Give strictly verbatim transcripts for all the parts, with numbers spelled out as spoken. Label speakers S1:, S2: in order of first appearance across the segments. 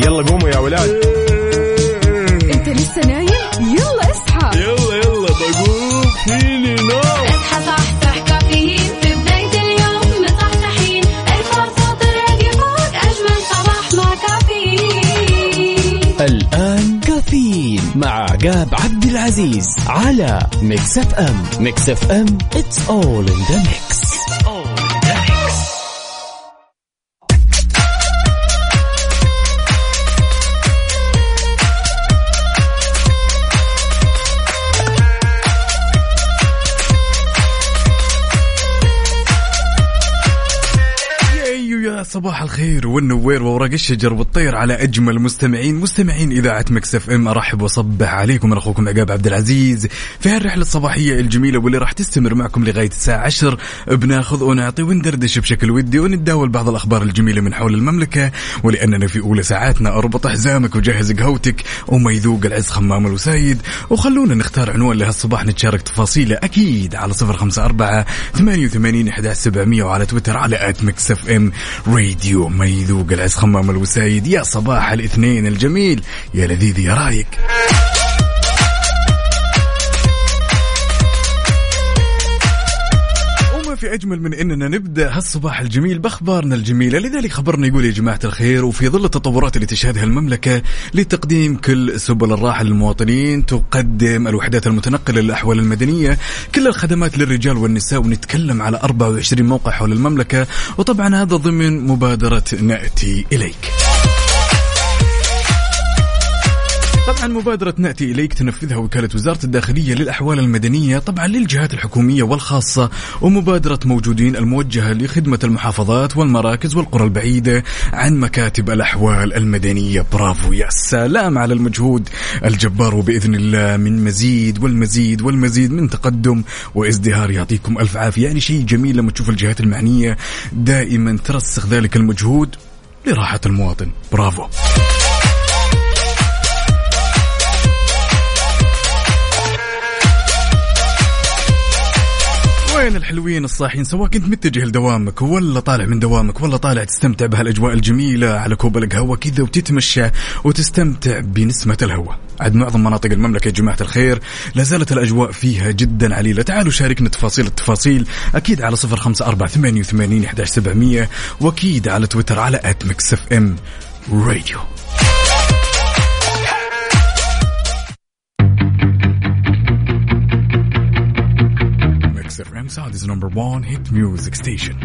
S1: يلا قوموا يا ولاد.
S2: انت لسه نايم؟ يلا اصحى.
S1: يلا يلا بقوم فيني نوم.
S3: اصحى صحصح كافيين في بداية اليوم مصحصحين. ارفع صوت الراديو فوق أجمل صباح مع كافيين.
S4: الآن كافيين مع عقاب عبد العزيز على ميكس اف ام. ميكس اف ام it's all in the mix.
S5: صباح الخير والنوير وورق الشجر والطير على أجمل مستمعين مستمعين إذاعة ميكس اف ام. أرحب وصبح عليكم من أخوكم عقاب عبد العزيز في هالرحلة الصباحية الجميلة واللي راح تستمر معكم لغاية الساعة عشر. بناخذ ونعطي وندردش بشكل ودي ونتداول بعض الأخبار الجميلة من حول المملكة. ولأننا في أولى ساعاتنا أربط حزامك وجهز قهوتك وما يذوق العز خمام الوسايد. وخلونا نختار عنوان لهالصباح نتشارك تفاصيله أكيد على صفر خمسة أربعة ثمانية وثمانين أحد عشر سبعمية وعلى تويتر على آت ميكس اف ام راديو. ما يذوق العز خمام الوسايد. يا صباح الاثنين الجميل يا لذيذ يا رايق. وما في أجمل من أننا نبدأ هالصباح الجميل بأخبارنا الجميلة. لذلك خبرنا يقول يا جماعة الخير وفي ظل التطورات اللي تشهدها المملكة لتقديم كل سبل الراحة للمواطنين تقدم الوحدات المتنقلة للأحوال المدنية كل الخدمات للرجال والنساء. ونتكلم على أربعة وعشرين موقع حول المملكة وطبعا هذا ضمن مبادرة نأتي إليك. طبعا مبادرة نأتي إليك تنفذها وكالة وزارة الداخلية للأحوال المدنية طبعا للجهات الحكومية والخاصة. ومبادرة موجودين الموجهة لخدمة المحافظات والمراكز والقرى البعيدة عن مكاتب الأحوال المدنية. برافو يا سلام على المجهود الجبار. وبإذن الله من مزيد والمزيد والمزيد من تقدم وازدهار. يعطيكم ألف عافية. يعني شيء جميل لما تشوف الجهات المعنية دائما ترسخ ذلك المجهود لراحة المواطن. برافو. وين الحلوين الصاحين سواء كنت متجه لدوامك ولا طالع من دوامك ولا طالع تستمتع بهالأجواء الجميلة على كوب القهوة كذا وتتمشى وتستمتع بنسمة الهواء. عند معظم مناطق المملكة يا جماعة الخير لازالت الأجواء فيها جدا عليلة. تعالوا شاركنا تفاصيل التفاصيل أكيد على صفر خمسة أربعة ثمانية وثمانين أحد عشر سبعمية وأكيد على تويتر على آت ميكس اف ام راديو. Saudi's number one hit music station.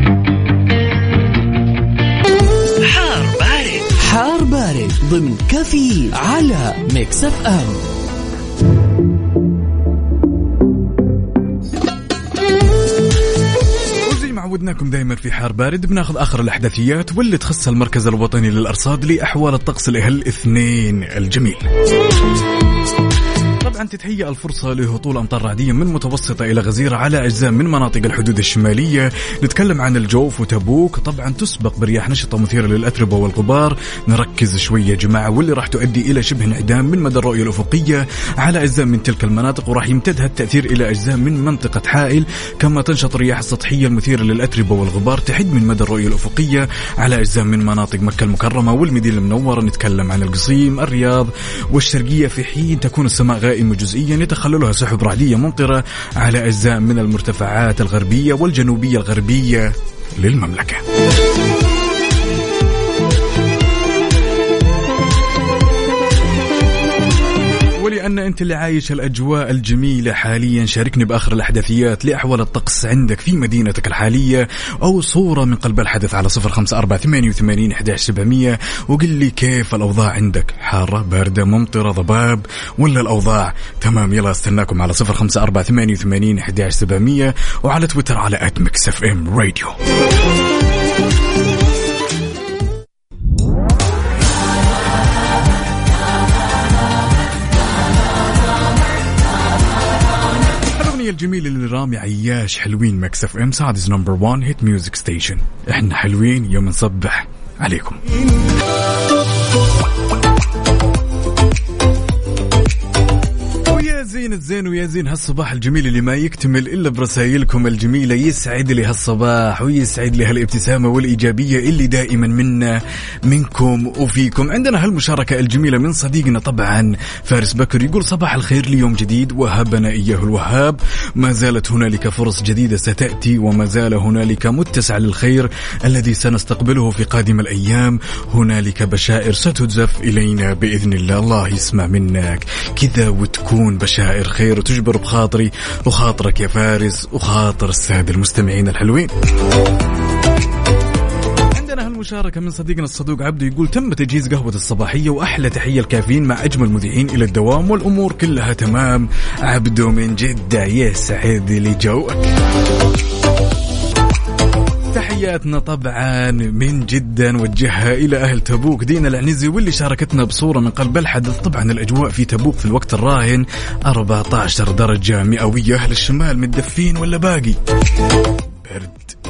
S4: حار بارد حار بارد ضمن كافيين على ميكس اف ام.
S5: وزي ما عودناكم دايما في حار بارد بناخذ آخر الأحداثيات واللي تخص المركز الوطني للأرصاد لأحوال الطقس لهالاثنين الجميل. طبعا تتهيأ الفرصة لهطول أمطار رعدية من متوسطة إلى غزيرة على أجزاء من مناطق الحدود الشمالية. نتكلم عن الجوف وتبوك طبعا تسبق برياح نشطة مثيرة للأتربة والغبار. نركز شوية يا جماعة واللي راح تؤدي إلى شبه انعدام من مدى الرؤية الأفقية على أجزاء من تلك المناطق. وراح يمتد هالتأثير إلى أجزاء من منطقة حائل. كما تنشط الرياح السطحية المثيرة للأتربة والغبار تحد من مدى الرؤية الأفقية على أجزاء من مناطق مكة المكرمة والمدينة المنورة. نتكلم عن القصيم الرياض والشرقية في حين تكون السماء غائمة جزئيا يتخللها سحب رعدية ممطرة على أجزاء من المرتفعات الغربية والجنوبية الغربية للمملكة. ولأن أنت اللي عايش الأجواء الجميلة حاليا شاركني بآخر الأحداثيات لأحوال الطقس عندك في مدينتك الحالية أو صورة من قلب الحدث على صفر خمسة أربعة ثمانية وثمانين أحد عشر سبعمية وقل لي كيف الأوضاع عندك. حارة باردة ممطرة ضباب ولا الأوضاع تمام؟ يلا استناكم على صفر خمسة أربعة ثمانية وثمانين أحد عشر سبعمية وعلى تويتر على آت ميكس اف ام راديو. الجميل اللي رامي عياش حلوين ميكس اف ام سعوديز نمبر وان هيت ميوزك ستيشن. احنا حلوين يوم نصبح عليكم. ويا زي حبايبين الزين ويا زين هالصباح الجميل اللي ما يكتمل إلا برسائلكم الجميلة. يسعد لي هالصباح ويسعد لي هالابتسامة والإيجابية اللي دائما منا منكم وفيكم. عندنا هالمشاركة الجميلة من صديقنا طبعا فارس بكر، يقول صباح الخير ليوم جديد وهبنا إياه الوهاب، ما زالت هنالك فرص جديدة ستأتي وما زال هنالك متسع للخير الذي سنستقبله في قادم الأيام، هنالك بشائر ستجزف إلينا بإذن الله. الله يسمع منك كذا وتكون بشائر خير وتجبر بخاطري وخاطرك يا فارس وخاطر السادة المستمعين الحلوين. عندنا هالمشاركة من صديقنا الصدوق عبده، يقول تم تجهيز قهوة الصباحية وأحلى تحية الكافيين مع أجمل مذيعين إلى الدوام والأمور كلها تمام. عبده من جدة يسعد لي جوك. تحياتنا طبعا من جدا نوجهها إلى أهل تبوك دينا العنزي واللي شاركتنا بصورة من قلب الحدث. طبعا الأجواء في تبوك في الوقت الراهن أربعة عشر درجة مئوية. أهل الشمال متدفين ولا باقي برد؟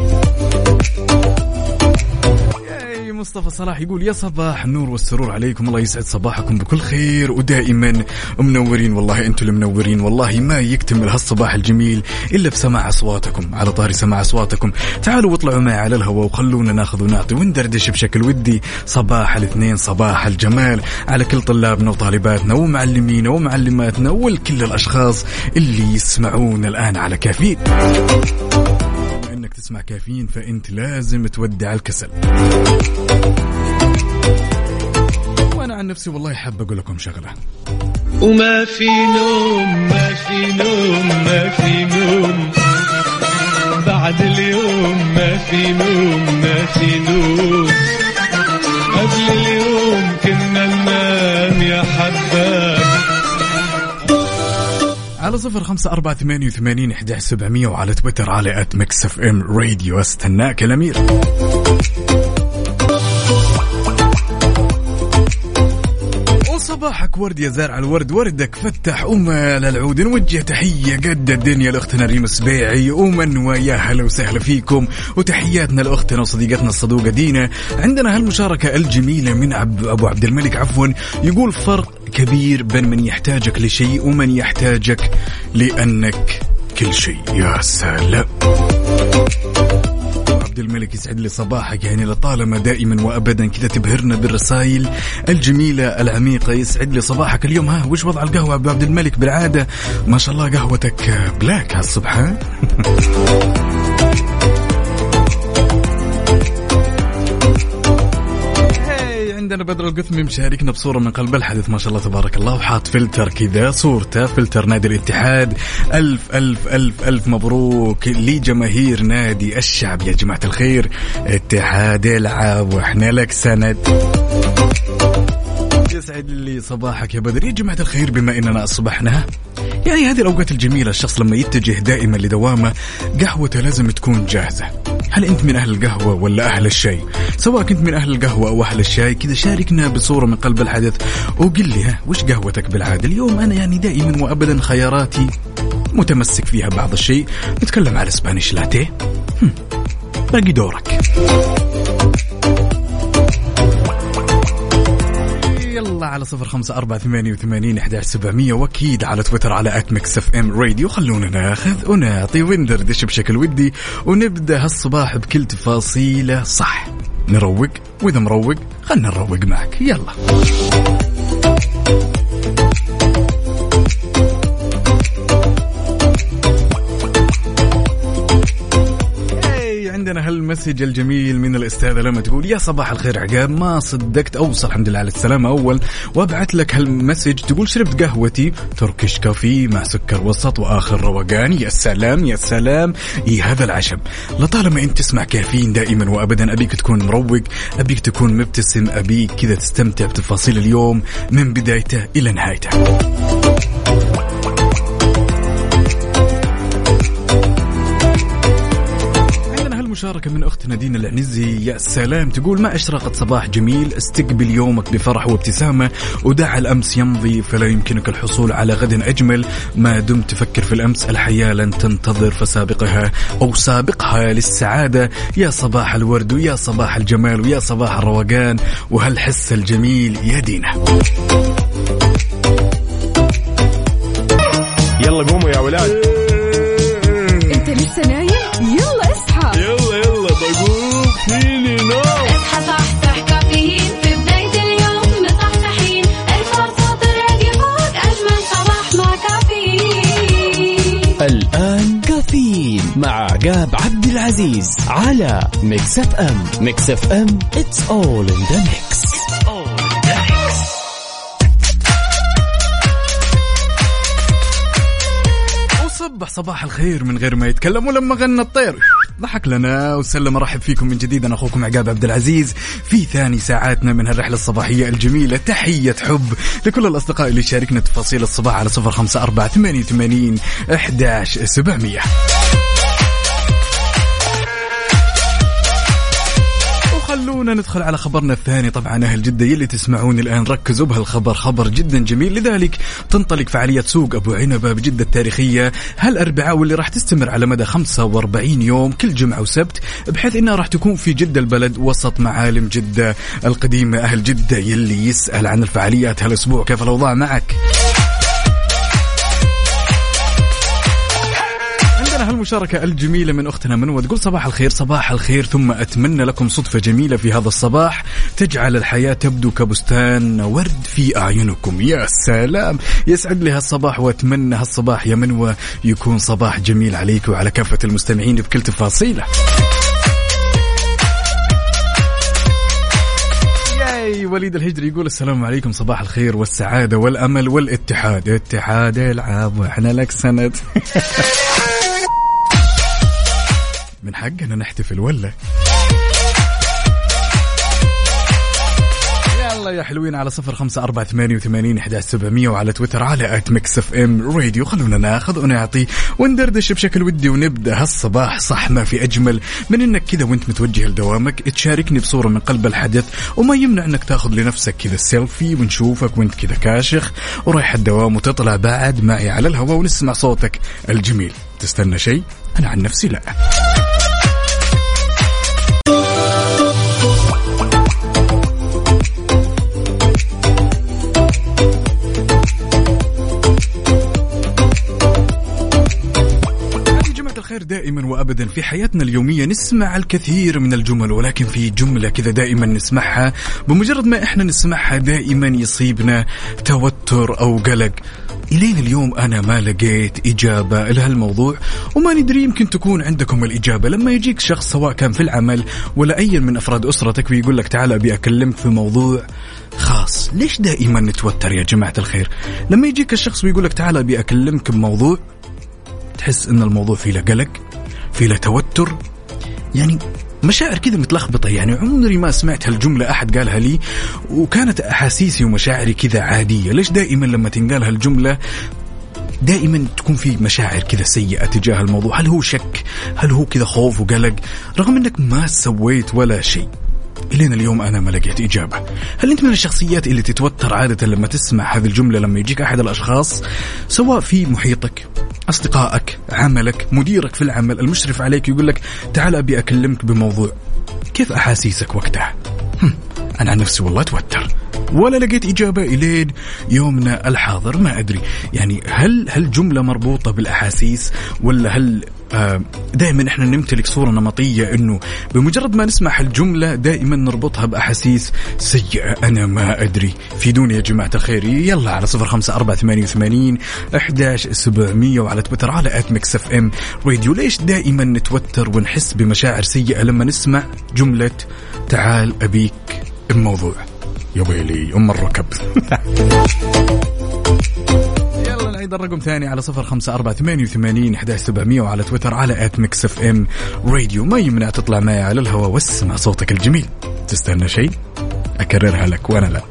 S5: مصطفى صلاح يقول يا صباح النور والسرور عليكم، الله يسعد صباحكم بكل خير ودائما منورين. والله انتم المنورين، والله ما يكتمل هالصباح الجميل إلا بسماع أصواتكم. على طاري سماع أصواتكم، تعالوا واطلعوا معي على الهواء وخلونا ناخذ ونعطي وندردش بشكل ودي. صباح الاثنين صباح الجمال على كل طلابنا وطالباتنا ومعلمينا ومعلماتنا والكل الأشخاص اللي يسمعون الآن على كافيين. انك تسمع كافيين فانت لازم تودع الكسل. وانا عن نفسي والله حاب اقول لكم شغله،
S1: وما في نوم ما في نوم ما في نوم بعد اليوم، ما في نوم ما في نوم قبل اليوم كنا ننام يا حباب.
S5: على صفر خمسة أربعة ثمانية وثمانين أحد عشر سبعمية وعلى تويتر على آت ميكس اف ام راديو. استناك الأمير. صباحك ورد يا زارع الورد، وردك فتح أمال العود. نوجه تحية قد الدنيا لأختنا ريم السبيعي ومن ويا هلا وسهلا فيكم، وتحياتنا لأختنا وصديقتنا الصدوقة دينا. عندنا هالمشاركة الجميلة من أبو عبد الملك عفوا، يقول فرق كبير بين من يحتاجك لشيء ومن يحتاجك لأنك كل شيء. يا سلام عبد الملك، يسعد لي صباحك. يعني لطالما دائما وابدا كذا تبهرنا بالرسائل الجميله العميقه. يسعد لي صباحك اليوم. ها وش وضع القهوه ابو عبد الملك؟ بالعاده ما شاء الله قهوتك بلاك هالصبح. ها عندنا بدر القثمي مشاركنا بصورة من قلب الحدث ما شاء الله تبارك الله، وحاط فلتر كذا صورته فلتر نادي الاتحاد. ألف ألف ألف ألف مبروك لجماهير نادي الشعب يا جماعة الخير. اتحاد العاب واحنا لك سند. يسعد لي صباحك يا بدر. يا جماعة الخير بما إننا أصبحنا يعني هذه الأوقات الجميلة، الشخص لما يتجه دائما لدوامه قهوته لازم تكون جاهزة. هل أنت من أهل القهوة ولا أهل الشاي؟ سواء كنت من أهل القهوة أو أهل الشاي كذا شاركنا بصورة من قلب الحدث وقل لي ها وش قهوتك بالعادة. اليوم أنا يعني دائما وأبدا خياراتي متمسك فيها بعض الشيء. نتكلم على اسبانيش لاتيه، باقي دورك. يلا على صفر خمسة أربعة ثمانية وثمانين أحد عشر سبعمية وأكيد على تويتر على آت ميكس اف ام راديو. خلونا ناخذ ونعطي وندردش بشكل ودي ونبدأ هالصباح بكل تفاصيله صح. نروق، وإذا مروق خلنا نروق معك. يلا عندنا هالمسج الجميل من الأستاذة لما تقول يا صباح الخير عقاب، ما صدقت أوصل الحمد لله على السلامة أول وأبعت لك هالمسج. تقول شربت قهوتي تركش كافي مع سكر وسط وآخر روقان. يا سلام يا سلام، إيه هذا العشم. لطالما أنت تسمع كافيين دائما وأبدا أبيك تكون مروق، أبيك تكون مبتسم، أبيك كذا تستمتع بتفاصيل اليوم من بدايته إلى نهايته. مشاركة من أختنا دينا العنزي. يا سلام، تقول ما أشرقت صباح جميل، استقبل يومك بفرح وابتسامة ودع الأمس يمضي فلا يمكنك الحصول على غد أجمل. ما دمت تفكر في الأمس الحياة لن تنتظر فسابقها أو سابقها للسعادة. يا صباح الورد ويا صباح الجمال ويا صباح الروقان وهالحس الجميل يا دينا.
S1: يلا قوموا يا ولاد.
S2: انت لسه نايم؟ يلا اصحى.
S1: يلا يلا بقوم فيني نوم.
S3: اصحى صحصح كافيين في بداية اليوم مصحصحين، الفرصة تراك فوق أجمل صباح مع كافيين.
S4: الآن كافيين مع عقاب عبد العزيز على ميكس اف ام. ميكس اف ام it's all in the mix.
S5: صبح صباح الخير من غير ما يتكلم، ولما غنى الطير ضحك لنا وسلم. رحب فيكم من جديد، أنا أخوكم عقاب عبد العزيز في ثاني ساعاتنا من هالرحلة الصباحية الجميلة. تحية حب لكل الأصدقاء اللي شاركنا تفاصيل الصباح على صفر خمسة أربعة ثمانية ثمانين أحداش سبعمية. خلونا ندخل على خبرنا الثاني. طبعا أهل جدة يلي تسمعون الآن ركزوا بهالخبر، خبر جدا جميل. لذلك تنطلق فعالية سوق أبو عنبة بجدة التاريخية هالأربعاء، واللي راح تستمر على مدى خمسة وأربعين يوم كل جمعة وسبت، بحيث إنها راح تكون في جدة البلد وسط معالم جدة القديمة. أهل جدة يلي يسأل عن الفعاليات هالأسبوع، كيف الأوضاع معك؟ هالمشاركة الجميلة من أختنا منوى تقول صباح الخير. صباح الخير، ثم أتمنى لكم صدفة جميلة في هذا الصباح تجعل الحياة تبدو كبستان ورد في أعينكم. يا سلام، يسعد لي هالصباح، وأتمنى هالصباح يا منوى يكون صباح جميل عليك وعلى كافة المستمعين بكل تفاصيله. وليد الهجري يقول السلام عليكم، صباح الخير والسعادة والأمل والاتحاد. اتحاد العاب وإحنا لك سند. من حقنا نحتفل ولا؟ يلا يا حلوين على صفر خمسة أربعة ثمانية وثمانين أحد عشر سبعمية، وعلى تويتر على آت ميكس اف ام راديو. خلونا ناخذ ونعطي وندردش بشكل ودي، ونبدأ هالصباح صح. ما في أجمل من إنك كذا وانت متوجه لدوامك تشاركني بصورة من قلب الحدث، وما يمنع إنك تاخذ لنفسك كذا السيلفي ونشوفك وانت كذا كاشخ ورايح الدوام، وتطلع بعد معي على الهواء ونسمع صوتك الجميل. تستنى شيء؟ أنا عن نفسي لا. دائما وأبدا في حياتنا اليومية نسمع الكثير من الجمل، ولكن في جملة كذا دائما نسمعها، بمجرد ما إحنا نسمعها دائما يصيبنا توتر أو قلق. إلين اليوم أنا ما لقيت إجابة لهالموضوع، وما ندري يمكن تكون عندكم الإجابة. لما يجيك شخص سواء كان في العمل ولا أي من أفراد أسرتك ويقول لك تعال أبي أكلمك في موضوع خاص، ليش دائما نتوتر يا جماعة الخير؟ لما يجيك الشخص ويقول لك تعال أبي أكلمك بموضوع، تحس إن الموضوع فيه له قلق، فيه له توتر، يعني مشاعر كذا متلخبطة. يعني عمري ما سمعت هالجملة أحد قالها لي وكانت أحاسيسي ومشاعري كذا عادية. ليش دائما لما تنقال هالجملة دائما تكون في مشاعر كذا سيئة تجاه الموضوع؟ هل هو شك؟ هل هو كذا خوف وقلق رغم أنك ما سويت ولا شيء؟ إلينا اليوم أنا ما لقيت إجابة. هل أنت من الشخصيات اللي تتوتر عادة لما تسمع هذه الجملة، لما يجيك أحد الأشخاص سواء في محيطك، أصدقائك، عملك، مديرك في العمل، المشرف عليك، يقول لك تعال أبي أكلمك بموضوع؟ كيف أحاسيسك وقتها؟ أنا عن نفسي والله توتر، ولا لقيت إجابة إلين يومنا الحاضر. ما أدري يعني هل هل جملة مربوطة بالأحاسيس، ولا هل آه دائما إحنا نمتلك صورة نمطية إنه بمجرد ما نسمع الجملة دائما نربطها بأحاسيس سيئة؟ أنا ما أدري. فيدوني يا جماعة الخير. يلا على صفر خمسة أربعة ثمانية وثمانين أحد عشر سبعمية، وعلى تويتر على آت ميكس اف ام راديو. ليش دائما نتوتر ونحس بمشاعر سيئة لما نسمع جملة تعال أبيك الموضوع؟ يا ويلي أم الركب. يلا نعيد الرقم ثاني على صفر خمسة أربعة ثمانية وثمانين أحد عشر سبعمية، وعلى تويتر على آت ميكس اف ام راديو. ما يمنع تطلع معي على الهواء واسمع صوتك الجميل. تستنى شيء؟ أكررها لك وأنا لا.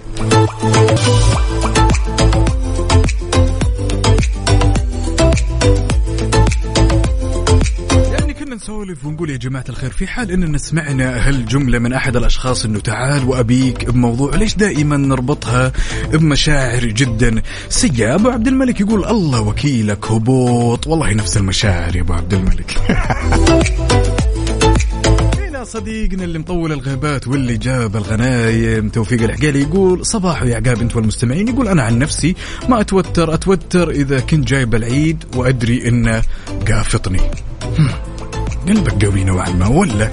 S5: نسولف ونقول يا جماعة الخير، في حال إننا سمعنا هالجملة من أحد الأشخاص إنه تعال وأبيك بموضوع، ليش دائما نربطها بمشاعر جدا سيئة؟ أبو عبد الملك يقول الله وكيلك هبوط. والله نفس المشاعر يا أبو عبد الملك. إلى صديقنا اللي مطول الغيبات واللي جاب الغنايم توفيق العقيلي يقول صباح يا عقاب أنت والمستمعين. يقول أنا عن نفسي ما أتوتر أتوتر إذا كنت جايب العيد وأدري إنه قافطني. قلبك قوي نوعا ما ولا؟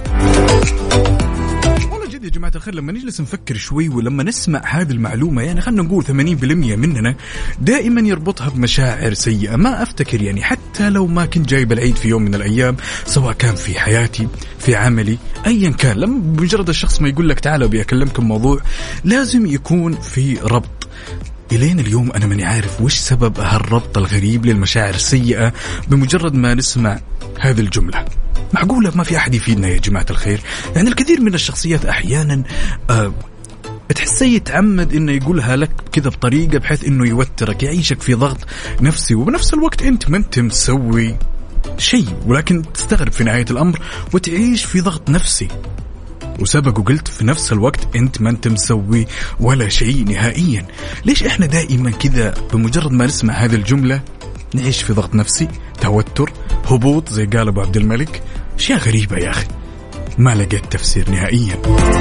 S5: يا جماعة الخير لما نجلس نفكر شوي ولما نسمع هذه المعلومة يعني خلنا نقول ثمانين بالمئة مننا دائما يربطها بمشاعر سيئة. ما أفتكر يعني حتى لو ما كنت جايب العيد في يوم من الأيام سواء كان في حياتي في عملي أيا كان، لما بمجرد الشخص ما يقول لك تعالوا بيكلمكم موضوع لازم يكون في ربط. إلين اليوم أنا ماني عارف وش سبب هالربط الغريب للمشاعر السيئة بمجرد ما نسمع هذه الجملة. معقولة ما في أحد يفيدنا يا جماعة الخير؟ يعني الكثير من الشخصيات أحيانا أه تحسه يتعمد إنه يقولها لك كذا بطريقة بحيث إنه يوترك يعيشك في ضغط نفسي، وبنفس الوقت أنت ما أنت مسوي شيء ولكن تستغرب في نهاية الأمر وتعيش في ضغط نفسي. وسبق وقلت في نفس الوقت أنت ما أنت مسوي ولا شيء نهائيا. ليش إحنا دائما كذا بمجرد ما نسمع هذه الجملة نعيش في ضغط نفسي، توتر، هبوط زي قال أبو عبد الملك؟ أشياء غريبة يا أخي ما لقيت تفسير نهائيا.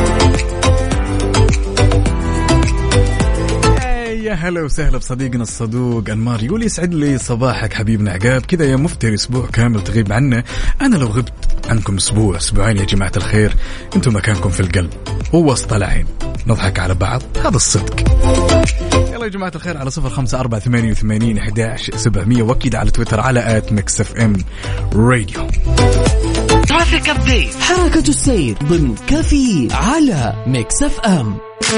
S5: يا هلا وسهلا بصديقنا الصدوق أنمار يقول يسعد لي صباحك حبيبنا عقاب كذا يا مفتري أسبوع كامل تغيب عنا. أنا لو غبت عنكم أسبوع أسبوعين يا جماعة الخير أنتم مكانكم في القلب ووسط العين نضحك على بعض، هذا الصدق. يلا يا جماعة الخير على صفر خمسة أربعة ثمانية وثمانين أحد عشر سبعمية وأكيد على تويتر على آت ميكس اف ام راديو.
S4: ترافيك أبديت حركة السير ضمن كافيين على ميكس اف ام.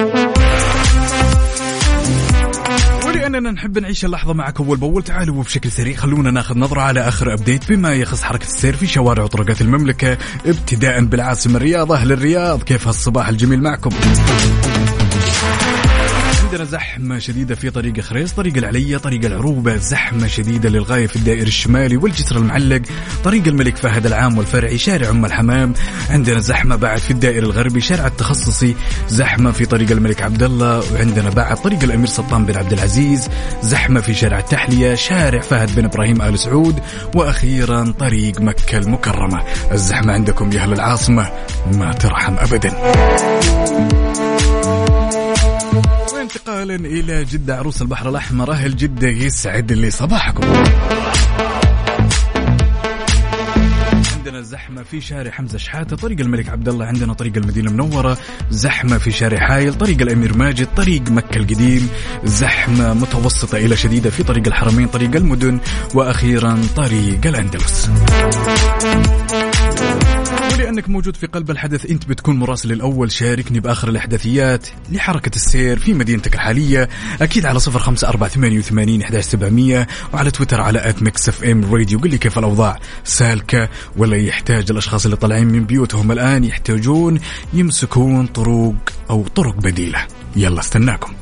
S5: ولأننا نحب نعيش اللحظة معك أول بأول تعالوا وبشكل سريع خلونا ناخذ نظرة على آخر أبديت بما يخص حركة السير في شوارع وطرقات المملكة ابتداء بالعاصمة الرياض. أهل الرياض كيف هالصباح الجميل معكم؟ عندنا زحمة شديدة في طريق خريص، طريق العلية، طريق العروبة، زحمة شديدة للغاية في الدائري الشمالي والجسر المعلق، طريق الملك فهد العام والفرعي، شارع أم الحمام. عندنا زحمة بعد في الدائري الغربي، شارع التخصصي، زحمة في طريق الملك عبد الله، وعندنا بعد طريق الأمير سلطان بن عبد العزيز، زحمة في شارع التحلية، شارع فهد بن إبراهيم آل سعود، وأخيرا طريق مكة المكرمة. الزحمة عندكم يا أهل العاصمة ما ترحم أبدا. انتقالا إلى جدة عروس البحر الأحمر، أهل جدة يسعد اللي صباحكم. عندنا زحمة في شارع حمزة شحاتة، طريق الملك عبد الله، عندنا طريق المدينة المنورة، زحمة في شارع حايل، طريق الأمير ماجد، طريق مكة القديم، زحمة متوسطة إلى شديدة في طريق الحرمين، طريق المدن، وأخيرا طريق الأندلس. لأنك موجود في قلب الحدث أنت بتكون مراسل الأول، شاركني بآخر الأحداثيات لحركة السير في مدينتك الحالية أكيد على صفر خمسة أربعة ثمانية وثمانين أحد عشر سبعمية وعلى تويتر على آت ميكس اف ام راديو. قل لي كيف الأوضاع، سالكة ولا يحتاج الأشخاص اللي طالعين من بيوتهم الآن يحتاجون يمسكون طرق أو طرق بديلة؟ يلا استناكم.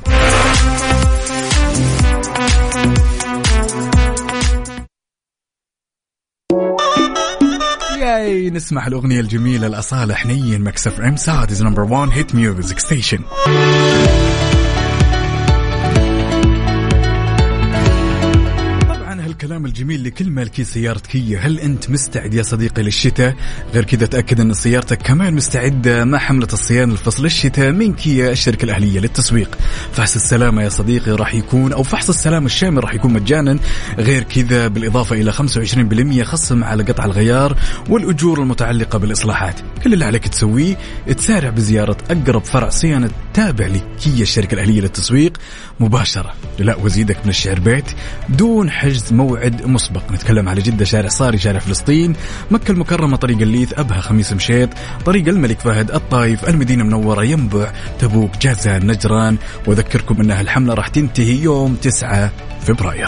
S5: جاي نسمع الأغنية الجميلة الأصالة حنين. ميكس اف ام سعد is number one hit music station. الكلام الجميل لكل مالكي سيارة كيا. هل أنت مستعد يا صديقي للشتاء؟ غير كذا تأكد أن سيارتك كمان مستعدة مع حملة الصيانة الفصل الشتاء من كيا الشركة الأهلية للتسويق. فحص السلامة يا صديقي راح يكون أو فحص السلامة الشامل راح يكون مجانا، غير كذا بالإضافة إلى خمسة وعشرين بالمئة خصم على قطع الغيار والأجور المتعلقة بالإصلاحات. كل اللي عليك تسويه تسارع بزيارة أقرب فرع صيانة تابع لكيا الشركة الأهلية للتسويق مباشرة. لا وزيدك من الشعر بيت دون حجز موعد مسبق. نتكلم على جدة شارع صاري، شارع فلسطين، مكة المكرمة، طريق الليث، أبها، خميس مشيط، طريق الملك فهد، الطايف، المدينة منورة، ينبع، تبوك، جازان، نجران. وذكركم أنها الحملة راح تنتهي يوم تسعة فبراير.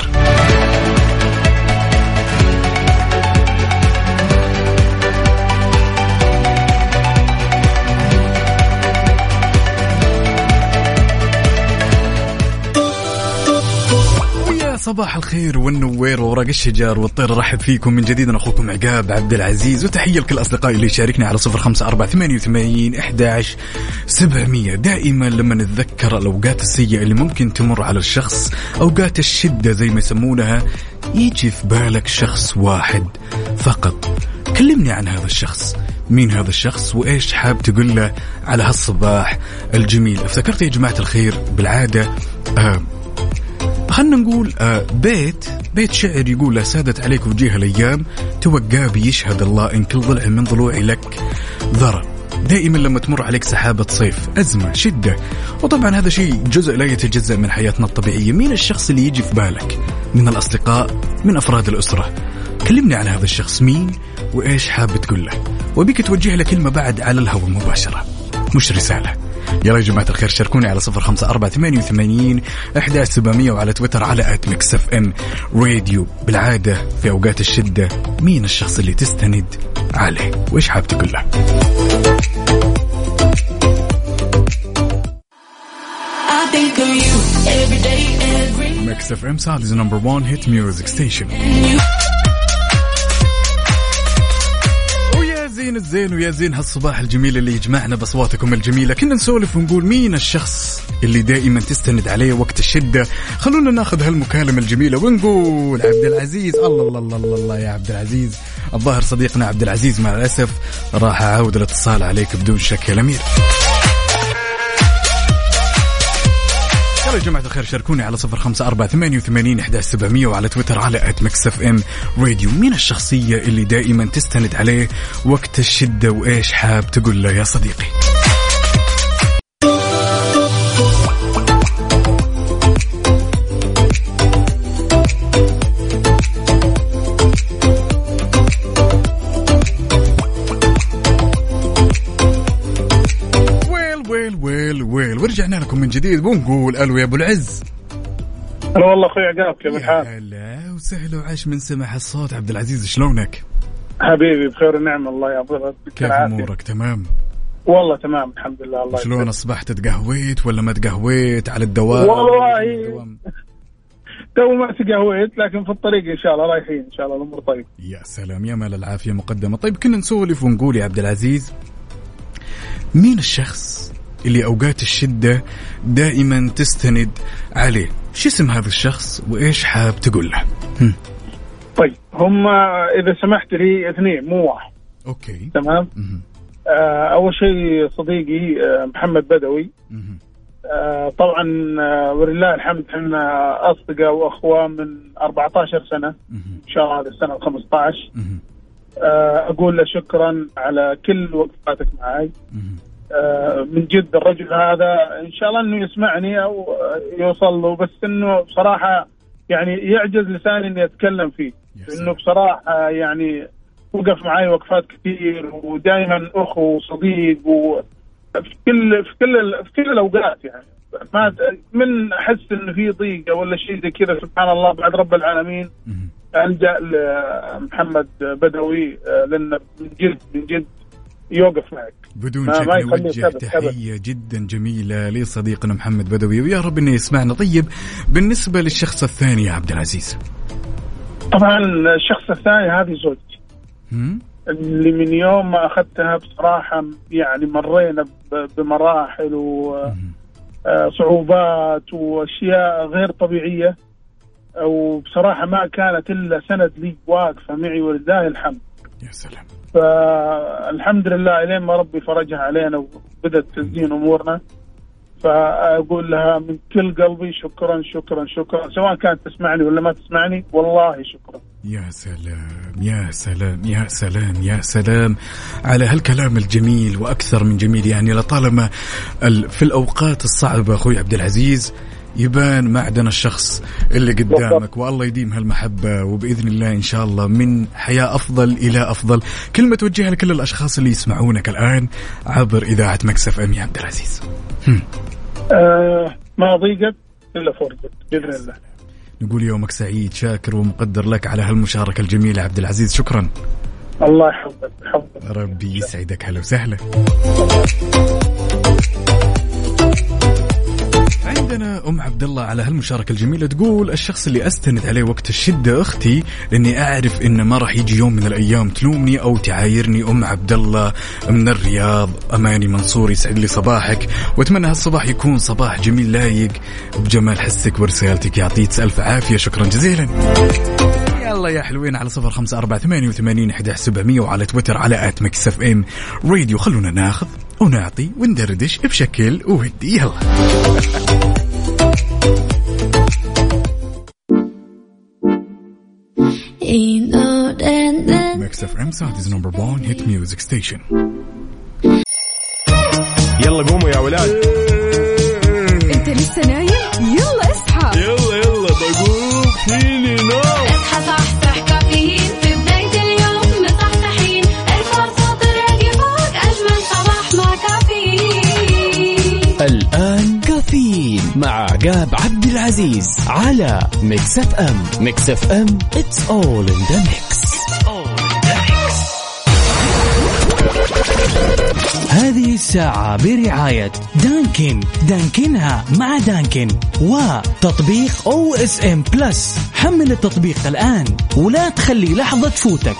S5: صباح الخير والنوير وورق الشجر والطير. رحب فيكم من جديد، أنا أخوكم عقاب عبد العزيز، وتحية لكل أصدقائي اللي يشاركني على صفر خمسة أربعة ثمانية وثمانين أحد عشر سبعمية. دائما لما نتذكر الأوقات السيئة اللي ممكن تمر على الشخص، أوقات الشدة زي ما يسمونها، يجي في بالك شخص واحد فقط. كلمني عن هذا الشخص، مين هذا الشخص وإيش حاب تقول له على هالصباح الجميل. افتكرت يا جماعة الخير بالعادة آه خلنا نقول آه بيت بيت شعر يقول: لا سادت عليك وجيه الأيام توقع بيشهد الله إن كل ضلع من ضلوعي لك ضرر. دائما لما تمر عليك سحابة صيف، أزمة، شدة، وطبعا هذا شيء جزء لا يتجزأ من حياتنا الطبيعية، مين الشخص اللي يجي في بالك من الأصدقاء من أفراد الأسرة؟ كلمني عن هذا الشخص، مين وإيش حاب تقول له، وبيك توجه له كلمة بعد على الهواء مباشرة مش رسالة. يلا يا جماعة الخير شاركوني على صفر خمسة أربعة ثمانية وثمانين أحد عشر سبعمية وعلى تويتر على آت ميكس اف ام راديو. بالعادة في أوقات الشدة مين الشخص اللي تستند عليه وإيش حاب تقول له؟ ميكس اف ام سعودي's number one hit music station. زين الزين ويا زين هالصباح الجميل اللي يجمعنا بأصواتكم الجميلة. كنا نسولف ونقول مين الشخص اللي دائما تستند عليه وقت الشدة. خلونا ناخذ هالمكالمة الجميلة ونقول عبد العزيز. الله الله الله الله, الله يا عبد العزيز. الظاهر صديقنا عبد العزيز مع الأسف راح أعود الاتصال عليك بدون شك يا الأمير. يا جماعة الخير شاركوني على صفر خمسة أربعة ثمانية وثمانين أحد عشر سبعمية وعلى تويتر على آت ميكس اف ام راديو. مين الشخصية اللي دائما تستند عليه وقت الشدة وإيش حاب تقول له يا صديقي؟ ورجعنا لكم من جديد ونقول ألو يا أبو العز.
S6: أنا والله أخوي عقاب كيف الحال؟
S5: هلا وسهلا وعاش من سمع الصوت. عبد العزيز شلونك؟
S6: حبيبي بخير ونعم الله يعطيك.
S5: كيف أمورك؟ تمام
S6: والله تمام الحمد لله. الله
S5: شلون أصبحت؟ تقهويت ولا ما تقهويت على الدوام؟
S6: والله تو ما تقهويت لكن في الطريق إن شاء الله رايحين إن شاء الله الأمور طيب.
S5: يا سلام يا مال العافية مقدمة. طيب كنا نسولف ونقول يا عبد العزيز مين الشخص اللي أوقات الشدة دائما تستند عليه؟ شو اسم هذا الشخص وإيش حاب تقول له؟ هم.
S6: طيب هم إذا سمحت لي اثنين مو واحد.
S5: أوكي
S6: تمام. آه أول شيء صديقي آه محمد بدوي. آه طبعا آه ولله الحمد احنا أصدقاء وأخوة من أربعة عشر سنة إن شاء الله هذه السنة الخمسة عشر. آه أقول له شكرا على كل وقفاتك معي. من جد الرجل هذا إن شاء الله إنه يسمعني أو يوصل له، بس إنه بصراحة يعني يعجز لساني إني أتكلم فيه، إنه بصراحة يعني وقف معي وقفات كثير ودائما أخو وصديق وفي كل في كل في كل الأوقات يعني ما من أحس إنه في ضيقة ولا شيء زي كذا سبحان الله بعد رب العالمين ألجأ لمحمد بدوي لأن من جد من جد يوقف معك
S5: بدون شك. نوجه تحية جدا جميلة لصديقنا محمد بدوي ويا رب إنه يسمعنا. طيب بالنسبة للشخص الثاني يا عبد العزيز؟
S6: طبعا الشخص الثاني هذه زوجتي اللي من يوم ما أخذتها بصراحة يعني مرينا بمراحل وصعوبات وأشياء غير طبيعية، وبصراحة ما كانت إلا سند لي واقفة معي ولله الحمد.
S5: يا سلام.
S6: فالحمد لله إلين ما ربي فرجها علينا وبدأت تزين أمورنا، فأقول لها من كل قلبي شكرا شكرا شكرا، سواء كانت تسمعني ولا ما تسمعني والله شكرا.
S5: يا سلام يا سلام يا سلام يا سلام على هالكلام الجميل وأكثر من جميل. يعني لطالما في الأوقات الصعبة أخوي عبد العزيز يبان معدن الشخص اللي قدامك، والله يديم هالمحبة وبإذن الله إن شاء الله من حياة أفضل إلى أفضل. كلمة توجهها لكل الأشخاص اللي يسمعونك الآن عبر إذاعة ميكس اف ام يا عبد العزيز.
S6: آه ما ضيقت إلا فرصت بإذن الله.
S5: نقول يومك سعيد، شاكر ومقدر لك على هالمشاركة الجميلة عبد العزيز. شكرا.
S6: الله يحفظك يحفظك.
S5: ربي يسعدك. هلا وسهلا. عندنا أم عبد الله على هالمشاركة الجميلة تقول الشخص اللي أستند عليه وقت الشدة أختي، لأني أعرف إن ما راح يجي يوم من الأيام تلومني أو تعايرني. أم عبد الله من الرياض، أماني منصور، يسعد لي صباحك وأتمنى هالصباح يكون صباح جميل لايق بجمال حسك ورسالتك. يعطيك ألف عافية. شكرا جزيلا. يلا يا حلوين على صفر خمسة أربعة ثمانية وثمانين أحد عشر سبعمية وعلى تويتر على آت ميكس اف ام راديو. خلونا ناخذ ونعطي وندردش بشكل ودي. يلا ميكس اف ام سعوديز نمبر وان هيت ميوزك ستيشن.
S1: يلا قوموا يا ولاد.
S2: انت لسه نايم؟ يلا اصحى.
S1: يلا يلا بقوم فيني نوم.
S3: اصحى صحصح كافيين في بداية اليوم مصحصحين. ارفع صوت الراديو فوق أجمل صباح مع كافيين.
S4: الآن كافيين مع عقاب عبد العزيز على ميكس اف ام. ميكس اف ام it's all in the mix. هذه الساعة برعاية دانكن. دانكنها مع دانكن وتطبيق او اس ام بلس. حمل التطبيق الآن ولا تخلي لحظة تفوتك.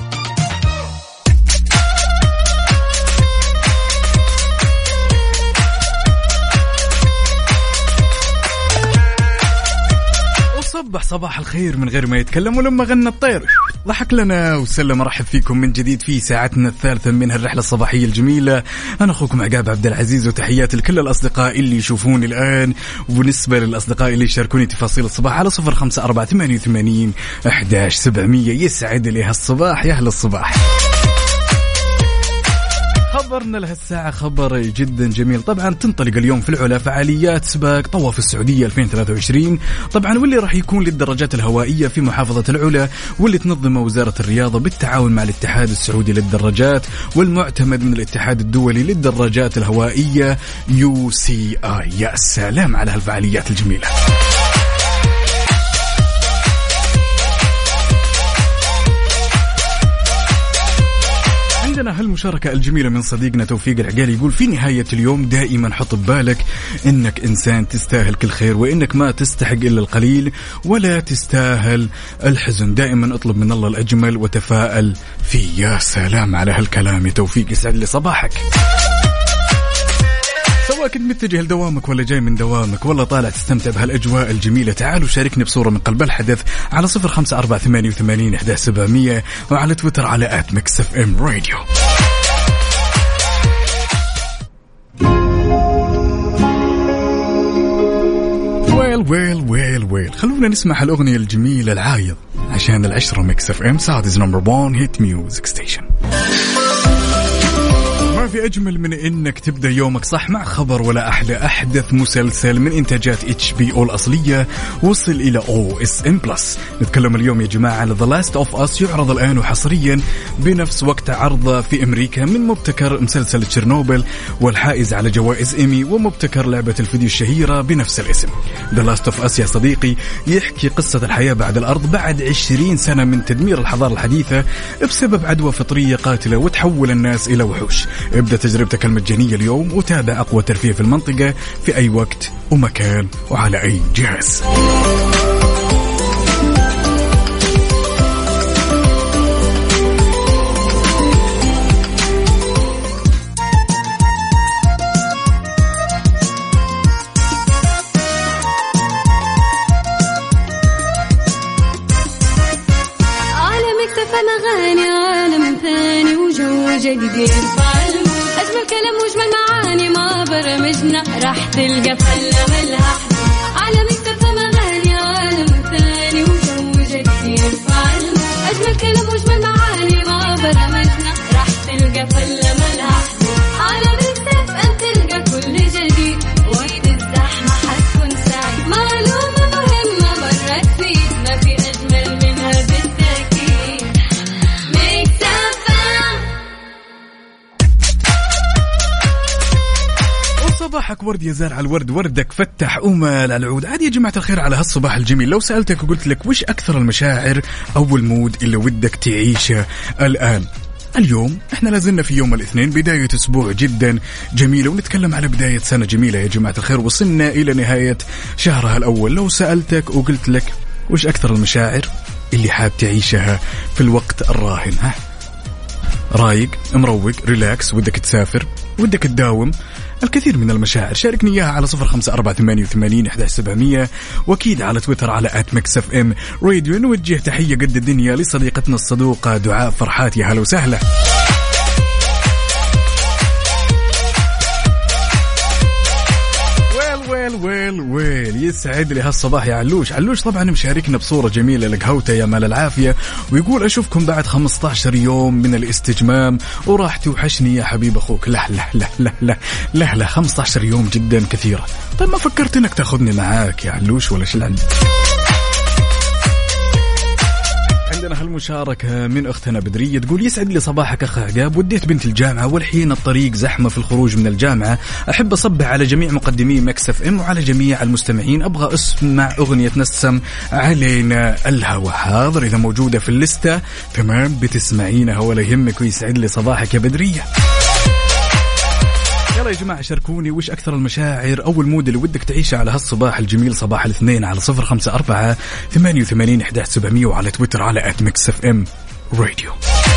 S5: صبح صباح الخير من غير ما يتكلم، ولما غنى الطير ضحك لنا وسلم. مرحب فيكم من جديد في ساعتنا الثالثة من هالرحلة الصباحية الجميلة. أنا أخوكم عقاب عبد العزيز، وتحياتي لكل الأصدقاء اللي يشوفوني الآن، وبالنسبة للأصدقاء اللي يشاركوني تفاصيل الصباح على صفر خمسة أربعة ثمانية وثمانين أحد عشر سبعمية. يسعد لي هالصباح يا أهل الصباح. خبرنا لهالساعة خبر جدا جميل. طبعا تنطلق اليوم في العلا فعاليات سباق طواف السعودية ألفين وثلاثة وعشرين، طبعا واللي راح يكون للدراجات الهوائية في محافظة العلا، واللي تنظمه وزارة الرياضة بالتعاون مع الاتحاد السعودي للدراجات والمعتمد من الاتحاد الدولي للدراجات الهوائية يو سي آي. يا سلام على هالفعاليات الجميلة. عندنا هالمشاركة الجميلة من صديقنا توفيق العقالي، يقول في نهاية اليوم دائما حط ببالك انك انسان تستاهل كل خير، وانك ما تستحق الا القليل ولا تستاهل الحزن. دائما اطلب من الله الاجمل وتفائل فيه. يا سلام على هالكلام يا توفيق، يسعد لي صباحك. سواء كنت متجه لدوامك ولا جاي من دوامك ولا طالع تستمتع بهالأجواء الجميلة، تعالوا شاركني بصورة من قلب الحدث على صفر خمسة أربعة ثمانية وثمانين أحد عشر سبعمية وعلى تويتر على آت ميكس اف ام راديو. ويل ويل ويل ويل خلونا نسمع الأغنية الجميلة العايض عشان العشرة. ميكس اف ام سعوديز نمبر وان هيت ميوزك ستيشن. ما في أجمل من إنك تبدأ يومك صح مع خبر، ولا أحلى أحدث مسلسل من إنتاجات اتش بي او الأصلية وصل إلى او اس ام بلس. نتكلم اليوم يا جماعة على The Last of Us، يعرض الآن وحصريا بنفس وقت عرضه في أمريكا من مبتكر مسلسل تشيرنوبل والحائز على جوائز إيمي ومبتكر لعبة الفيديو الشهيرة بنفس الاسم. The Last of Us يا صديقي يحكي قصة الحياة بعد الأرض بعد عشرين سنة من تدمير الحضارة الحديثة بسبب عدوى فطرية قاتلة وتحول الناس إلى وحوش. ابدأ تجربتك المجانية اليوم وتابع أقوى ترفيه في المنطقة في أي وقت ومكان وعلى أي جهاز.
S3: جديد أجمل كلام وجمل معاني ما برمجنا راح تلقى فلة ملها على مكتب مغاني عالم ثاني وجو جديد فعلم. أجمل كلام وجمل معاني ما برمجنا راح تلقى فلة ملها على مكتب أن تلقى كل جديد. وقت الزحمة حتكون سعيد، معلومة مهمة مرت فيك ما في أجمل منها بالتأكيد.
S5: صباحك ورد يا زارع الورد، وردك فتح أمل على العود. عادي يا جماعة الخير على هالصباح الجميل. لو سألتك وقلت لك وش أكثر المشاعر أو المود اللي ودك تعيشه الآن؟ اليوم احنا لازلنا في يوم الاثنين، بداية اسبوع جدا جميلة، ونتكلم على بداية سنة جميلة يا جماعة الخير. وصلنا الى نهاية شهرها الاول. لو سألتك وقلت لك وش اكثر المشاعر اللي حاب تعيشها في الوقت الراهن؟ ها رايق، مروق، ريلاكس، ودك تسافر، ودك تداوم، الكثير من المشاعر. شاركني إياها على صفر خمسة أربعة ثمانية وثمانين أحد عشر سبعمية، وأكيد على تويتر على آت ميكس إف إم راديو. نوجه تحية قد الدنيا لصديقتنا الصدوقة دعاء فرحات، يا هلا وسهلا. ويل ويل ويل يسعد لي هالصباح يا علوش. علوش طبعا مشاركنا بصورة جميلة لقهوته يا مال العافية، ويقول أشوفكم بعد خمسة عشر يوم من الاستجمام وراح توحشني يا حبيب أخوك. لا لا لا لا لا لا لا خمسة عشر يوم جدا كثيرة. طيب ما فكرت إنك تاخذني معاك يا علوش ولا شو عندك؟ عندنا هالمشاركة من أختنا بدرية تقول يسعد لي صباحك أخ عقاب، وديت بنت الجامعة والحين الطريق زحمة في الخروج من الجامعة، أحب أصبح على جميع مقدمي ميكس إف إم وعلى جميع المستمعين، أبغى أسمع أغنية نسم علينا الهوى. حاضر إذا موجودة في الليستة تمام بتسمعينها ولا يهمك، ويسعد لي صباحك يا بدرية. يلا يا جماعة شاركوني وش أكثر المشاعر أو المود اللي ودك تعيشه على هالصباح الجميل صباح الاثنين على صفر خمسة أربعة ثمانية وثمانين أحد عشر سبعمية، وعلى تويتر على آت ميكس إف إم راديو.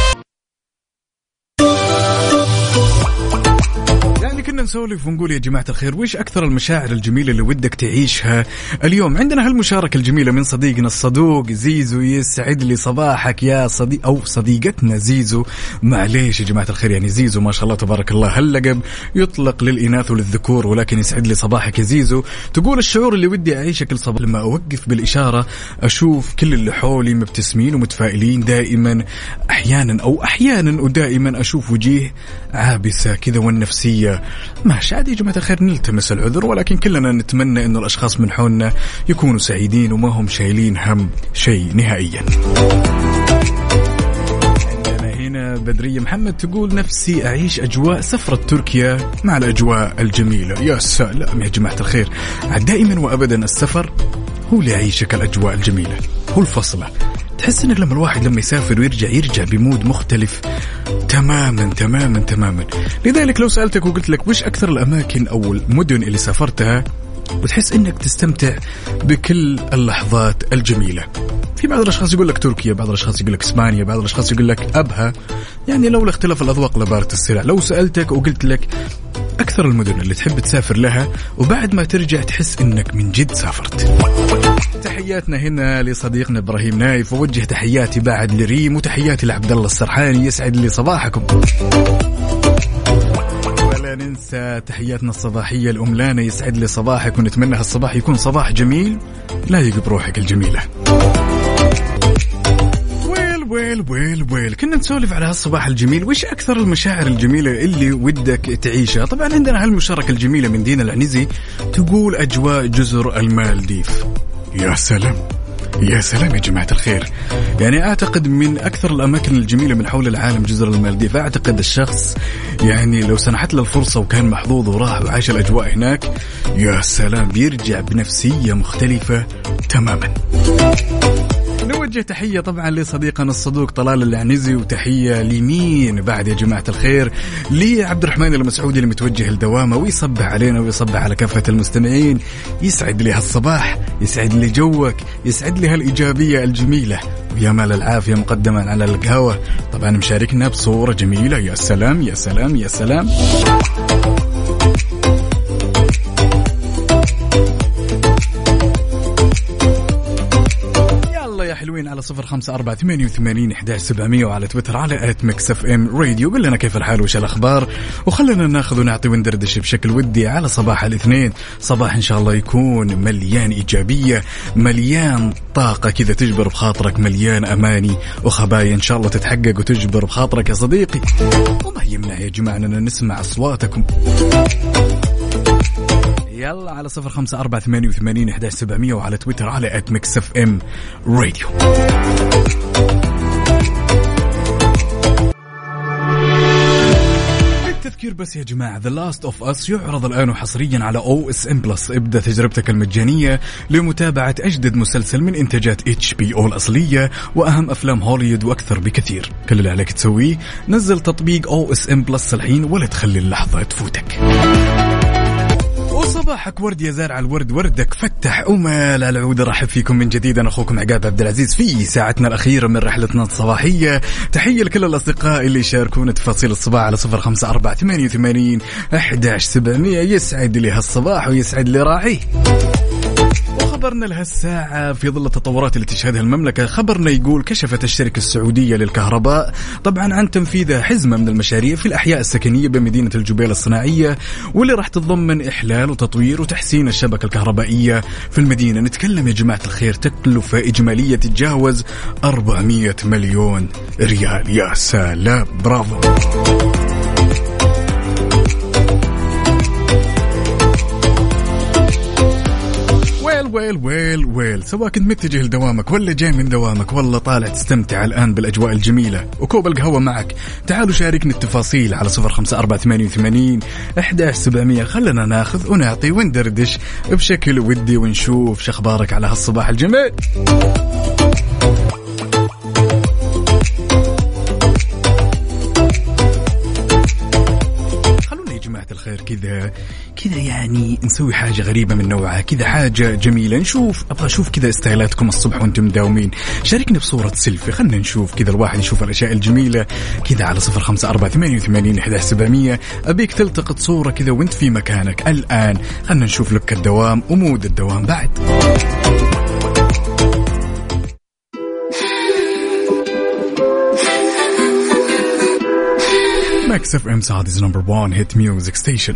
S5: كنا نسولف ونقول يا جماعة الخير وش أكثر المشاعر الجميلة اللي ودك تعيشها اليوم. عندنا هالمشاركة الجميلة من صديقنا الصدوق زيزو، يسعد لي صباحك يا صديق أو صديقتنا زيزو. معليش يا جماعة الخير يعني زيزو ما شاء الله تبارك الله هاللقب يطلق للإناث وللذكور، ولكن يسعد لي صباحك يا زيزو. تقول الشعور اللي ودي أعيشه كل صباح لما أوقف بالإشارة أشوف كل اللي حولي مبتسمين ومتفائلين دائما، أحيانا أو أحيانا ودائما أشوف وجيه عابسة كذا والنفسية ماشي عادي يا جماعة الخير، نلتمس العذر، ولكن كلنا نتمنى إنه الأشخاص من حولنا يكونوا سعيدين وما هم شايلين هم شيء نهائيا. عندنا هنا بدرية محمد تقول نفسي أعيش أجواء سفرة تركيا مع الأجواء الجميلة. يا سلام يا جماعة الخير، دائما وأبدا السفر هو اللي يعيشك الأجواء الجميلة، هو الفصلة. تحس إنك لما الواحد لما يسافر ويرجع يرجع بمود مختلف تماما تماما تماما. لذلك لو سألتك وقلت لك وش أكثر الأماكن أو المدن اللي سافرتها وتحس إنك تستمتع بكل اللحظات الجميلة، في بعض الأشخاص يقول لك تركيا، بعض الأشخاص يقول لك إسبانيا، بعض الأشخاص يقول لك أبها، يعني لولا اختلاف الأذواق لبارت السلع. لو سألتك وقلت لك أكثر المدن اللي تحب تسافر لها وبعد ما ترجع تحس إنك من جد سافرت. تحياتنا هنا لصديقنا إبراهيم نايف، ووجه تحياتي بعد لريم، وتحياتي لعبد الله السرحاني، يسعد لي صباحكم. ولا ننسى تحياتنا الصباحية الأملانة، يسعد لي صباحك، ونتمنى هالصباح يكون صباح جميل لا يقب روحك الجميلة. ويل ويل ويل كنا نسولف على هالصباح الجميل وش أكثر المشاعر الجميلة اللي ودك تعيشها. طبعا عندنا هالمشاركة الجميلة من دينا العنزي تقول أجواء جزر المالديف. يا سلام يا سلام يا جماعة الخير، يعني أعتقد من أكثر الأماكن الجميلة من حول العالم جزر المالديف. أعتقد الشخص يعني لو سنحت له الفرصة وكان محظوظ وراح وعاش الأجواء هناك يا سلام بيرجع بنفسية مختلفة تماما. نوجه تحية طبعا لصديقنا الصدوق طلال العنزي، وتحية لمين بعد يا جماعة الخير لعبد الرحمن المسعودي اللي متوجه لدوامه ويصبح علينا ويصبح على كافة المستمعين. يسعد لي هالصباح، يسعد لي جوك، يسعد لي هالإيجابية الجميلة، ويا مال العافية مقدما على القهوة. طبعا مشاركنا بصورة جميلة. يا سلام يا سلام يا سلام. حلوين على صفر خمسة أربعة ثمانية وثمانين أحد عشر سبعمية، وعلى تويتر على آت ميكس إف إم راديو. قل لنا كيف الحال وش الأخبار، وخلنا ناخذ ونعطي وندردش بشكل ودي على صباح الاثنين. صباح إن شاء الله يكون مليان إيجابية، مليان طاقة كذا تجبر بخاطرك، مليان أماني وخبايا إن شاء الله تتحقق وتجبر بخاطرك يا صديقي. وما يمنع يا جماعة أننا نسمع أصواتكم. يلا على صفر خمسة أربعة ثمانية وثمانين أحد عشر سبعمية، وعلى تويتر على آت ميكس إف إم راديو. التذكير بس يا جماعة The Last of Us يعرض الآن حصريا على أو إس إم بلس. ابدأ تجربتك المجانية لمتابعة أجدد مسلسل من إنتاجات إتش بي أو الأصلية وأهم أفلام هوليوود وأكثر بكثير. كل اللي عليك تسويه نزل تطبيق أو إس إم بلس الحين ولا تخلي اللحظة تفوتك. وصباح صباحك ورد يا زارع الورد، وردك فتح أمال على العود. رحب فيكم من جديد، أنا أخوكم عقاب عبد العزيز في ساعتنا الأخيرة من رحلتنا الصباحية. تحية لكل الأصدقاء اللي يشاركون تفاصيل الصباح على صفر خمسة أربعة ثمانية وثمانين أحد عشر سبعمية. يسعد لي هالصباح ويسعد لي راعيه. خبرنا لهالساعة في ظل التطورات اللي تشهدها المملكة، خبرنا يقول كشفت الشركة السعودية للكهرباء طبعا عن تنفيذ حزمة من المشاريع في الأحياء السكنية بمدينة الجبيل الصناعية، واللي راح تتضمن إحلال وتطوير وتحسين الشبكة الكهربائية في المدينة. نتكلم يا جماعة الخير تكلفة إجمالية تتجاوز أربعمية مليون ريال. يا سلام، برافو. ويل ويل ويل سواء كنت متجه لدوامك ولا جاي من دوامك، والله طالع تستمتع الآن بالأجواء الجميلة وكوب القهوة معك، تعالوا شاركني التفاصيل على صفر خمسة أربعة ثمانية وثمانين أحد عشر سبعمية. خلنا ناخذ ونعطي وندردش بشكل ودي ونشوف شخبارك على هالصباح الجميل. الخير كذا كذا يعني نسوي حاجة غريبة من نوعها، كذا حاجة جميلة. نشوف أبغى أشوف كذا استايلاتكم الصبح وأنتم مداومين. شاركني بصورة سيلفي، خلنا نشوف كذا الواحد يشوف الأشياء الجميلة كذا على صفر خمسة أربعة ثمانية وثمانين أحد عشر سبعمية. أبيك تلتقط صورة كذا وأنت في مكانك الآن. خلنا نشوف لك الدوام ومود الدوام بعد. Max إف إم Saudi's number one hit music station.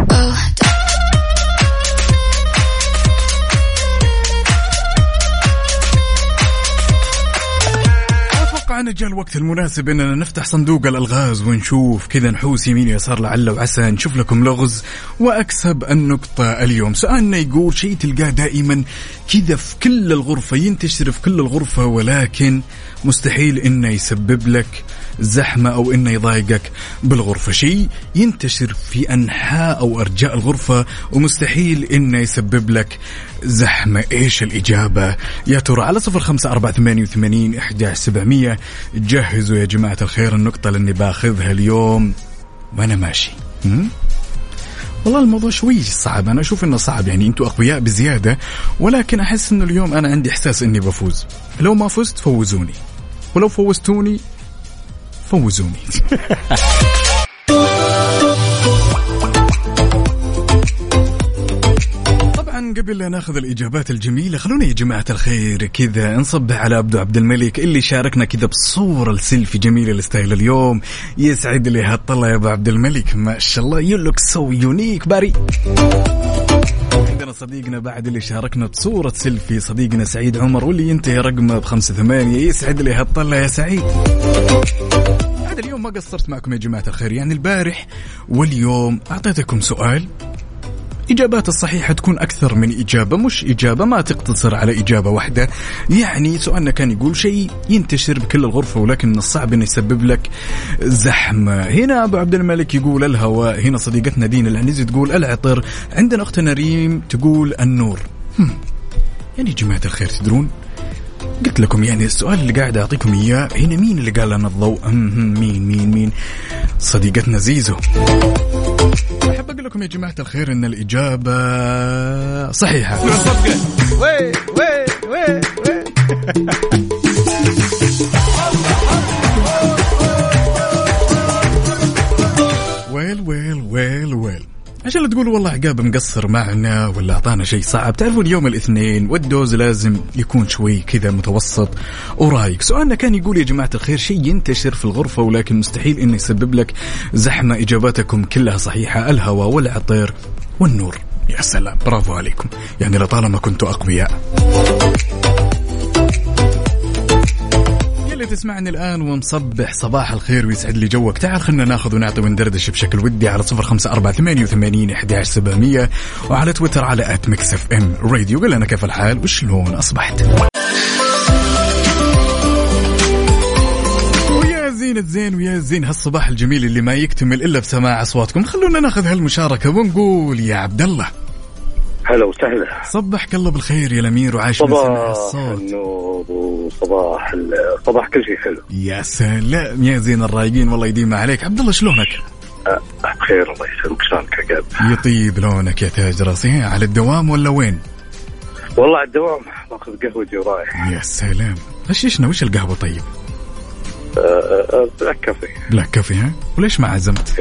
S5: أتوقع أن جاء الوقت المناسب أننا نفتح صندوق الألغاز ونشوف كذا، نحوس يمين يسار لعل وعسى نشوف لكم لغز وأكسب النقطة اليوم. سؤالنا يقول شيء تلقاه دائما كذا في كل الغرفة، ينتشر في كل الغرفة، ولكن مستحيل إنه يسبب لك زحمة أو إنه يضايقك بالغرفة. شيء ينتشر في أنحاء أو أرجاء الغرفة ومستحيل إنه يسبب لك زحمة. إيش الإجابة يا ترى؟ على صفر خمسة أربعة ثمانية وثمانين أحد عشر سبعمية. جهزوا يا جماعة الخير النقطة اللي باخذها اليوم وأنا ماشي. م? والله الموضوع شوي صعب، أنا أشوف إنه صعب، يعني أنتوا أقوياء بزيادة، ولكن أحس إنه اليوم أنا عندي إحساس إني بفوز. لو ما فزت فوزوني، ولو فوزتوني فوزوني. طبعا قبل لا ناخذ الإجابات الجميلة خلونا يا جماعة الخير كذا نصبح على عبدو عبد الملك اللي شاركنا كذا بصورة السيلفي جميلة الستايل اليوم. يسعد لي هالطلة يا أبو عبد الملك، ما شاء الله you look so unique باري. عندنا صديقنا بعد اللي شاركنا بصورة سيلفي، صديقنا سعيد عمر واللي ينتهي رقمه بخمسة ثمانية. يسعد لي هالطلة يا سعيد. هذا اليوم ما قصرت معكم يا جماعة الخير، يعني البارح واليوم أعطيتكم سؤال إجابات الصحيحة تكون أكثر من إجابة، مش إجابة ما تقتصر على إجابة واحدة. يعني سؤالنا كان يقول شيء ينتشر بكل الغرفة ولكن من الصعب أن يسبب لك زحمة. هنا أبو عبد الملك يقول الهواء، هنا صديقتنا دين العنزي تقول العطر، عندنا أختنا ريم تقول النور. هم. يعني جماعة الخير تدرون قلت لكم يعني السؤال اللي قاعد أعطيكم إياه هنا مين اللي قال لنا الضوء؟ مين مين مين صديقتنا زيزو. أحب أقول لكم يا جماعة الخير إن الإجابة صحيحة. وي وي وي وي. ويل ويل ويل ويل. عشان لا تقولوا والله عقاب مقصر معنا ولا أعطانا شيء صعب. تعرفوا اليوم الاثنين والدوز لازم يكون شوي كذا متوسط ورايق. سؤالنا كان يقول يا جماعة الخير شيء ينتشر في الغرفة ولكن مستحيل إنه يسبب لك زحمة. إجاباتكم كلها صحيحة، الهواء والعطر والنور. يا سلام، برافو عليكم، يعني لطالما كنتوا أقوياء. اللي تسمعني الآن ومصبح صباح الخير ويسعد لي جوك، تعال خلنا ناخذ ونعطي وندردش بشكل ودي على صفر خمسة أربعة ثمانية وثمانين أحد عشر سبعمية وعلى تويتر على آت ميكس إف إم راديو. قل لنا كيف الحال وشلون أصبحت. ويا زين الزين ويا زين هالصباح الجميل اللي ما يكتمل إلا بسماع أصواتكم. خلونا ناخذ هالمشاركة ونقول يا عبد الله
S7: هلا وسهلا.
S5: صبحك الله بالخير يا الأمير وعاش من سمع الصوت.
S7: النور وصباح صباح كل شيء حلو.
S5: يا سلام يا زين الرايقين، والله يديم عليك. عبد الله شلونك؟
S7: بخير الله يسلمك. شلونك يا قلب؟
S5: يطيب لونك يا تاج راسي. على الدوام ولا وين؟
S7: والله على الدوام باخذ قهوتي ورايح.
S5: يا سلام غششنا. وش القهوة طيب؟
S7: بلاك كافي.
S5: بلاك كافي ها؟ وليش ما عزمت؟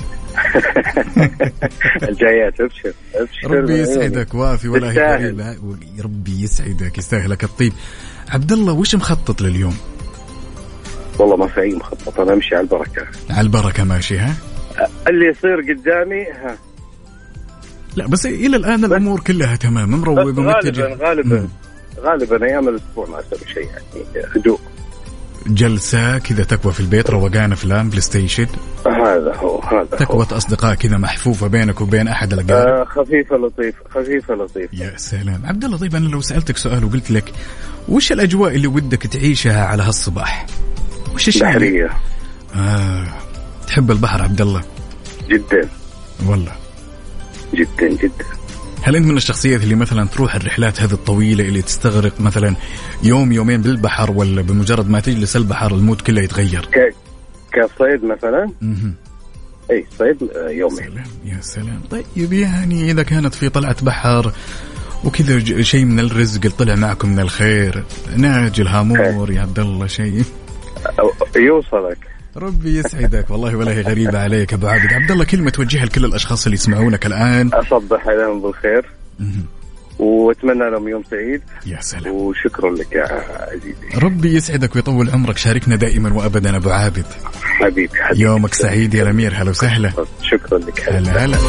S7: الجايات ابشر ابشر.
S5: ربي يسعدك وافي ولا هي. ربي يسعدك يستاهلك الطيب. عبد الله وش مخطط لليوم؟
S7: والله ما في أي مخطط، أنا أمشي على البركة.
S5: على البركة ماشي ها؟
S7: اللي يصير قدامي ها.
S5: لا بس إلى الآن الأمور كلها تمام مروق ومتجه.
S7: غالبا غالبا غالبا أيام الأسبوع ما أسوي شيء يعني هدوء.
S5: جلسة كذا تكوى في البيت، روقان أفلام بلاي ستيشن.
S7: هذا هو هذا
S5: تكوى أصدقاء كذا محفوفة بينك وبين أحد الأقارب.
S7: آه خفيفة لطيفة خفيفة لطيفة.
S5: يا سلام عبد الله. طيب أنا لو سألتك سؤال وقلت لك وش الأجواء اللي ودك تعيشها على هالصباح؟ وش الشيء؟
S7: بحرية.
S5: آه تحب البحر عبد الله؟
S7: جدا
S5: والله
S7: جدا جدا.
S5: هل أنت من الشخصيات اللي مثلا تروح الرحلات هذه الطويلة اللي تستغرق مثلا يوم يومين بالبحر، ولا بمجرد ما تجلس البحر المود كله يتغير؟
S7: ك... كصيد مثلا.
S5: مه.
S7: أي صيد يومين.
S5: سلام يا سلام. طيب يعني إذا كانت في طلعة بحر وكذا شيء من الرزق طلع معكم من الخير، ناجي الهامور يا عبد الله شيء
S7: يوصلك.
S5: ربي يسعدك والله ولا هي غريبة عليك أبو عابد. عبد الله كلمة توجهها لكل الأشخاص اللي يسمعونك الآن.
S7: أصبح عليهم بالخير وأتمنى لهم يوم سعيد.
S5: يا سلام
S7: وشكرا لك يا عزيزي.
S5: ربي يسعدك ويطول عمرك. شاركنا دائما وأبدا أبو عابد.
S7: حبيبي, حبيبي.
S5: يومك سعيد يا الأمير. هلا وسهلا.
S7: شكرا لك.
S5: هلا هلا.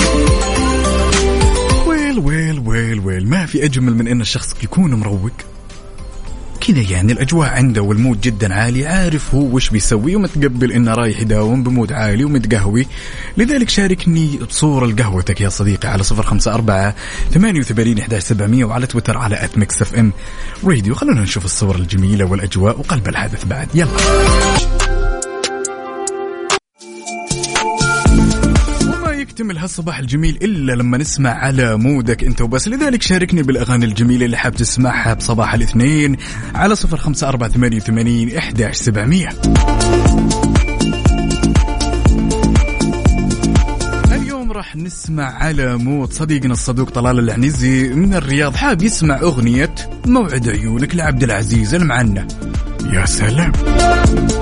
S5: ويل ويل ويل ويل ما في أجمل من إن الشخص يكون مروق كذا، يعني الأجواء عنده والمود جدا عالي، عارف هو وش بيسوي ومتقبل إنه رايح يداوم بمود عالي ومتقهوي. لذلك شاركني بصورة لقهوتك يا صديقي على صفر خمسة أربعة ثمانية وثمانين إحدى عشر سبعمية وعلى تويتر على آت ميكس إف إم راديو. خلونا نشوف الصور الجميلة والأجواء وقلب الحدث بعد. يلا يكتمل هالصباح الجميل إلا لما نسمع على مودك أنت وبس. لذلك شاركني بالأغاني الجميلة اللي حاب تسمعها بصباح الاثنين على صفر خمسة أربعة ثمانية وثمانين إحدى عشر سبعمية. اليوم راح نسمع على مود صديقنا الصدوق طلال العنزي من الرياض، حاب يسمع أغنية موعد عيونك لعبد العزيز المعنى. يا سلام.